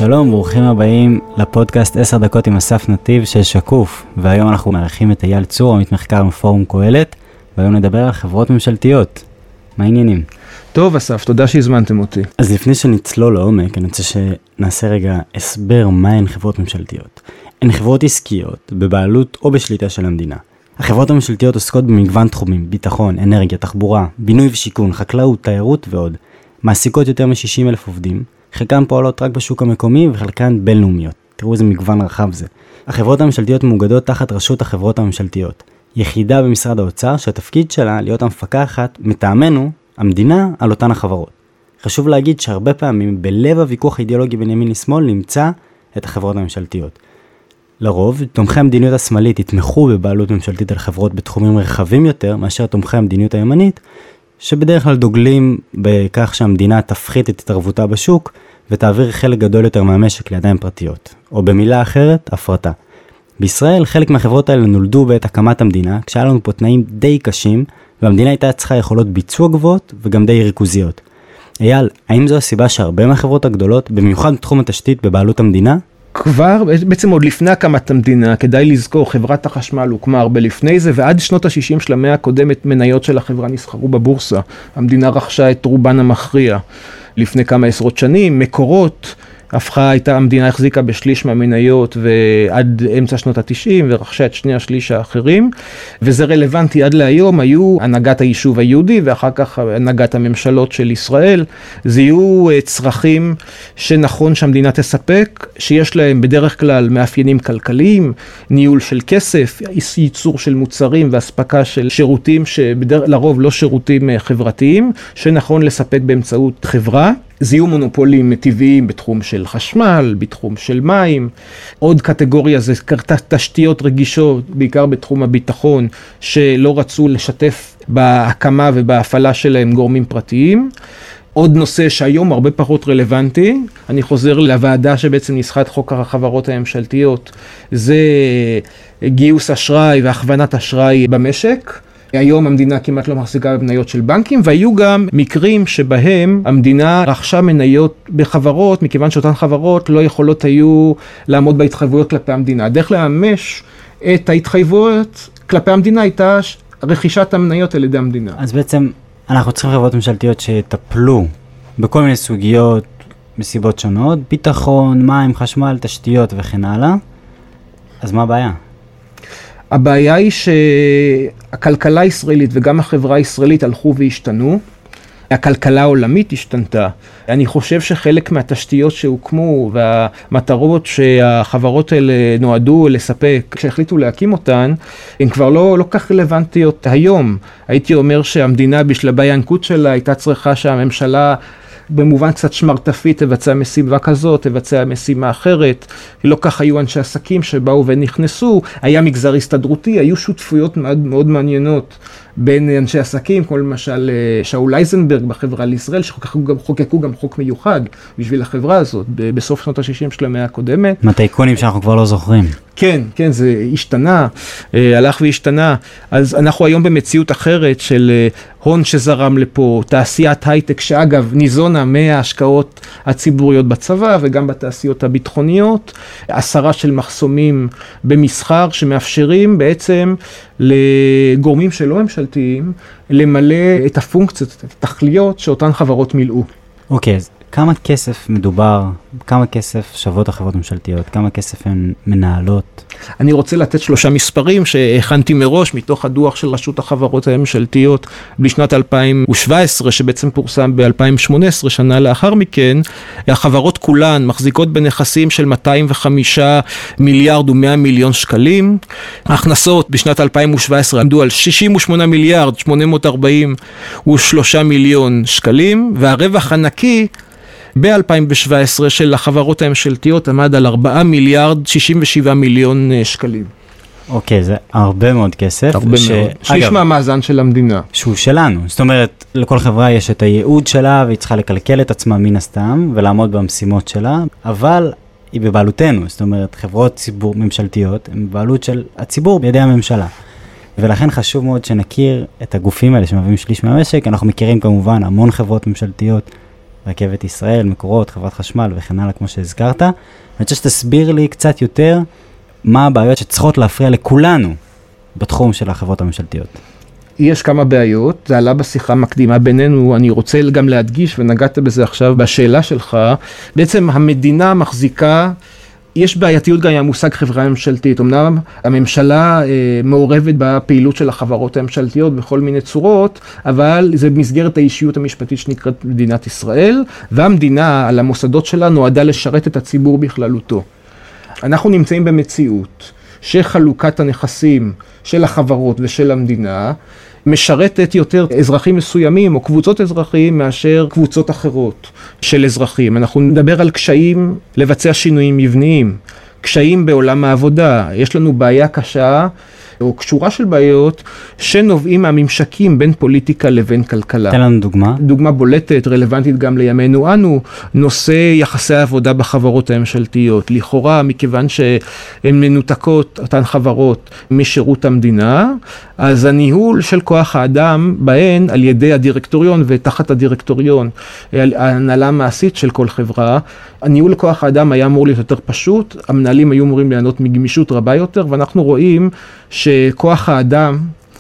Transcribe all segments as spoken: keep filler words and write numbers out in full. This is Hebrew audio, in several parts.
שלום, ברוכים הבאים לפודקאסט עשר דקות עם אסף נתיב של שקוף, והיום אנחנו מארחים את אייל צור, עמית מחקר מפורום קהלת, והיום נדבר על חברות ממשלתיות. מה העניינים? טוב אסף, תודה שהזמנתם אותי. אז לפני שנצלול לעומק, אני רוצה שנעשה רגע הסבר מהן חברות ממשלתיות. הן חברות עסקיות, בבעלות או בשליטה של המדינה. החברות הממשלתיות עוסקות במגוון תחומים, ביטחון, אנרגיה, תחבורה, בינוי ושיכון, חקלאות, תיירות ועוד. מעסיקות יותר מ-שישים אלף עובדים, חלקן פועלות רק בשוק המקומי וחלקן בינלאומיות. תראו איזה מגוון רחב זה. החברות הממשלתיות מאוגדות תחת רשות החברות הממשלתיות. יחידה במשרד האוצר שהתפקיד שלה להיות המפקחת מטעמנו, המדינה, על אותן החברות. חשוב להגיד שהרבה פעמים בלב הוויכוח האידיאולוגי בין ימין לשמאל נמצא את החברות הממשלתיות. לרוב, תומכי המדיניות השמאלית יתמכו בבעלות ממשלתית על חברות בתחומים רחבים יותר מאשר תומכי המדיניות הימנית, שבדרך כלל דוגלים בכך שהמדינה תפחית את התערבותה בשוק ותעביר חלק גדול יותר מהמשק לידיים פרטיות, או במילה אחרת, הפרטה. בישראל חלק מהחברות האלה נולדו בעת הקמת המדינה, כשהיה לנו פה תנאים די קשים, והמדינה הייתה צריכה יכולות ביצוע גבוהות וגם די ריכוזיות. אייל, האם זו הסיבה שהרבה מהחברות הגדולות, במיוחד בתחום התשתית בבעלות המדינה? כבר, בעצם עוד לפני הקמת המדינה, כדאי לזכור, חברת החשמל הוקמה הרבה לפני זה, ועד שנות ה-שישים של המאה הקודמת מניות של החברה נסחרו בבורסה. המדינה רכשה את רובן המכריע. לפני כמה עשרות שנים, מקורות, הפכה הייתה, המדינה החזיקה בשליש מהמניות ועד אמצע שנות ה-תשעים ורכשה את שני השליש האחרים, וזה רלוונטי עד להיום. היו הנהגת היישוב היהודי ואחר כך הנהגת הממשלות של ישראל. זה יהיו צרכים שנכון שהמדינה תספק, שיש להם בדרך כלל מאפיינים כלכליים, ניהול של כסף, ייצור של מוצרים והספקה של שירותים שלרוב לא שירותים חברתיים, שנכון לספק באמצעות חברה. זה יהיו מונופולים טבעיים בתחום של חשמל, בתחום של מים. עוד קטגוריה זה תשתיות רגישות, בעיקר בתחום הביטחון, שלא רצו לשתף בהקמה ובהפעלה שלהם גורמים פרטיים. עוד נושא שהיום הרבה פחות רלוונטי, אני חוזר לוועדה שבעצם ניסחה את חוק החברות הממשלתיות, זה גיוס אשראי והכוונת אשראי במשק. היום המדינה כמעט לא מחזיקה במניות של בנקים, והיו גם מקרים שבהם המדינה רכשה מניות בחברות, מכיוון שאותן חברות לא יכולות היו לעמוד בהתחייבויות כלפי המדינה. הדרך לממש את ההתחייבויות כלפי המדינה הייתה רכישת המניות על ידי המדינה. אז בעצם אנחנו צריכים חברות ממשלתיות שטפלו בכל מיני סוגיות, מסיבות שונות, ביטחון, מים, חשמל, תשתיות וכן הלאה. אז מה הבעיה? הבעיה היא שהכלכלה הישראלית וגם החברה הישראלית הלכו והשתנו. הכלכלה העולמית השתנתה. אני חושב שחלק מהתשתיות שהוקמו והמטרות שהחברות האלה נועדו לספק, כשהחליטו להקים אותן, הן כבר לא, לא כך רלוונטיות היום. הייתי אומר שהמדינה בשלבי הינקות שלה הייתה צריכה שהממשלה במובן קצת שמרטפית תבצע משימה כזאת, תבצע משימה אחרת. לא כך היו אנשי עסקים שבאו ונכנסו, היה מגזר הסתדרותי, היו שותפויות מאוד, מאוד מעניינות בין אנשי עסקים, כמו למשל שאול אייזנברג בחברה לישראל, שחוקקו גם, חוקקו גם חוק מיוחד בשביל החברה הזאת, בסוף שנות ה-שישים של המאה הקודמת. מהטייקונים שאנחנו כבר לא זוכרים. כן, כן, זה השתנה, הלך והשתנה. אז אנחנו היום במציאות אחרת של הון שזרם לפה, תעשיית הייטק, שאגב ניזונה מההשקעות הציבוריות בצבא וגם בתעשיות הביטחוניות, עשרה של מחסומים במסחר שמאפשרים בעצם לגורמים שלא ממשלתיים למלא את הפונקציות, את התכליות שאותן חברות מילאו. אוקיי, אז כמה כסף מדובר, כמה כסף שוות החברות ממשלתיות, כמה כסף הן מנהלות? אני רוצה לתת שלושה מספרים שהכנתי מראש מתוך הדוח של רשות החברות הממשלתיות בשנת אלפיים שבע עשרה, שבעצם פורסם ב-אלפיים שמונה עשרה, שנה לאחר מכן. החברות כולן מחזיקות בנכסים של מאתיים וחמישה מיליארד ומאה מיליון שקלים. ההכנסות בשנת אלפיים שבע עשרה עמדו על שישים ושמונה מיליארד שמונה מאות ארבעים ושלושה מיליון שקלים, והרווח הנקי ב-אלפיים שבע עשרה של החברות הממשלתיות עמד על ארבעה מיליארד שישים ושבעה מיליון שקלים. אוקיי, זה הרבה מאוד כסף. הרבה ש... מאוד. שליש מהמאזן של המדינה. שהוא שלנו. זאת אומרת, לכל חברה יש את הייעוד שלה, והיא צריכה לקלקל את עצמה מן הסתם, ולעמוד במשימות שלה, אבל היא בבעלותנו. זאת אומרת, חברות ציבור ממשלתיות, הן בבעלות של הציבור בידי הממשלה. ולכן חשוב מאוד שנכיר את הגופים האלה שמביאים שליש מהמשק. אנחנו מכירים כמובן המון חברות ממשלתיות רכבת ישראל, מקורות, חברת חשמל וכן הלאה, כמו שהזכרת. אני רוצה שתסביר לי קצת יותר מה הבעיות שצריכות להפריע לכולנו בתחום של החברות הממשלתיות. יש כמה בעיות, זה עלה בשיחה מקדימה בינינו, אני רוצה גם להדגיש, ונגעת בזה עכשיו בשאלה שלך, בעצם המדינה מחזיקה, יש בעייתיות גם עם המושג חברה ממשלתית, אמנם הממשלה אה, מעורבת בפעילות של החברות הממשלתיות בכל מיני צורות, אבל זה במסגרת האישיות המשפטית שנקראת מדינת ישראל, והמדינה על המוסדות שלה נועדה לשרת את הציבור בכללותו. אנחנו נמצאים במציאות שחלוקת הנכסים של החברות ושל המדינה משרתת יותר אזרחים מסוימים או קבוצות אזרחים מאשר קבוצות אחרות של אזרחים. אנחנו נדבר על קשיים לבצע שינויים מבניים, קשיים בעולם העבודה. יש לנו בעיה קשה או קשורה של בעיות שנובעים מהממשקים בין פוליטיקה לבין כלכלה. תן לנו דוגמה. דוגמה בולטת, רלוונטית גם לימינו אנו, נושא יחסי העבודה בחברות הממשלתיות. לכאורה, מכיוון שהן מנותקות, אותן חברות, משירות המדינה, אז הניהול של כוח האדם בהן על ידי הדירקטוריון ותחת הדירקטוריון, ההנהלה המעשית של כל חברה, הניהול לכוח האדם היה אמור להיות יותר פשוט, המנהלים היו אמורים ליהנות מגמישות רבה יותר, ואנחנו רואים שכוח האדם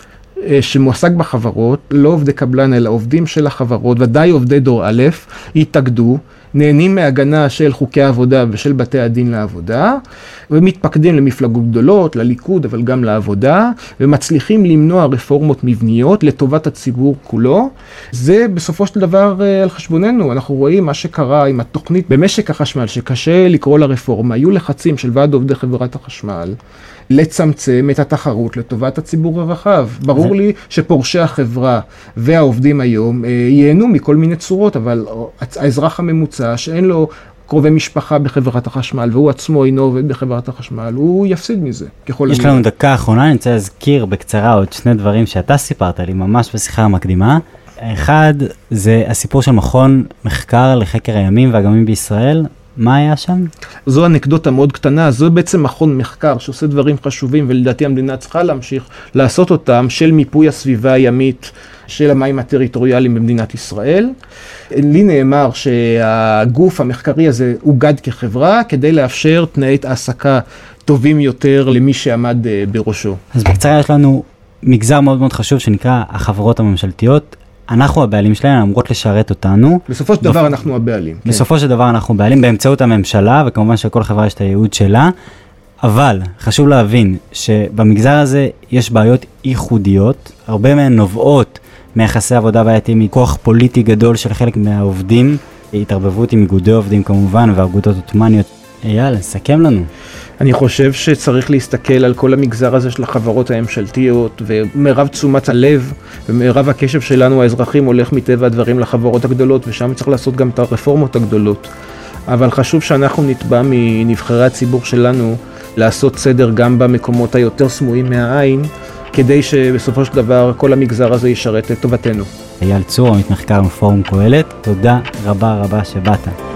שמועסק בחברות, לא עובדי קבלן אלא עובדים של החברות, ודאי עובדי דור א', התאגדו, נהנים מהגנה של חוקי העבודה ושל בתי הדין לעבודה, ומתפקדים למפלגות גדולות, לליכוד, אבל גם לעבודה, ומצליחים למנוע רפורמות מבניות לטובת הציבור כולו. זה בסופו של דבר על חשבוננו. אנחנו רואים מה שקרה עם התוכנית במשק החשמל, שקשה לקרוא לרפורמה. היו לחצים של ועד עובדי חברת החשמל, לצמצם את התחרות לטובת הציבור הרחב. ברור זה... לי שפורשי החברה והעובדים היום ייהנו מכל מיני צורות, אבל האזרח הממוצע שאין לו קרובי משפחה בחברת החשמל, והוא עצמו אינו עובד בחברת החשמל, הוא יפסיד מזה. יש לנו דקה האחרונה, אני רוצה להזכיר בקצרה עוד שני דברים שאתה סיפרת לי ממש בשיחה המקדימה. אחד, זה הסיפור של מכון מחקר לחקר הימים והאגמים בישראל. מה היה שם? זו אנקדוטה מאוד קטנה, זו בעצם מכון מחקר שעושה דברים חשובים, ולדעתי המדינה צריכה להמשיך לעשות אותם, של מיפוי הסביבה הימית של המים הטריטוריאליים במדינת ישראל. לי נאמר שהגוף המחקרי הזה הוגד כחברה, כדי לאפשר תנאי העסקה טובים יותר למי שעמד בראשו. אז בקצרה יש לנו מגזר מאוד מאוד חשוב שנקרא החברות הממשלתיות. אנחנו הבעלים שלהם, אמורות לשרת אותנו. בסופו של דבר אנחנו הבעלים. בסופו של דבר אנחנו הבעלים באמצעות הממשלה, וכמובן שכל חברה יש את הייעוד שלה, אבל חשוב להבין שבמגזר הזה יש בעיות ייחודיות, הרבה מהן נובעות מיחסי עבודה בעייתיים, מכוח פוליטי גדול של חלק מהעובדים, התערבבות עם איגודי עובדים כמובן, ואגודות עות'מאניות. אייל, סכם לנו. אני חושב שצריך להסתכל על כל המגזר הזה של החברות הממשלתיות, ומרב תשומת הלב ומרב הקשב שלנו האזרחים הולך מטבע הדברים לחברות הגדולות, ושם צריך לעשות גם את הרפורמות הגדולות. אבל חשוב שאנחנו נתבע מנבחרי הציבור שלנו לעשות סדר גם במקומות היותר סמויים מהעין, כדי שבסופו של דבר כל המגזר הזה ישרת את טובתנו. אייל צור, עמית מחקר מפורום קהלת, תודה רבה רבה שבאת.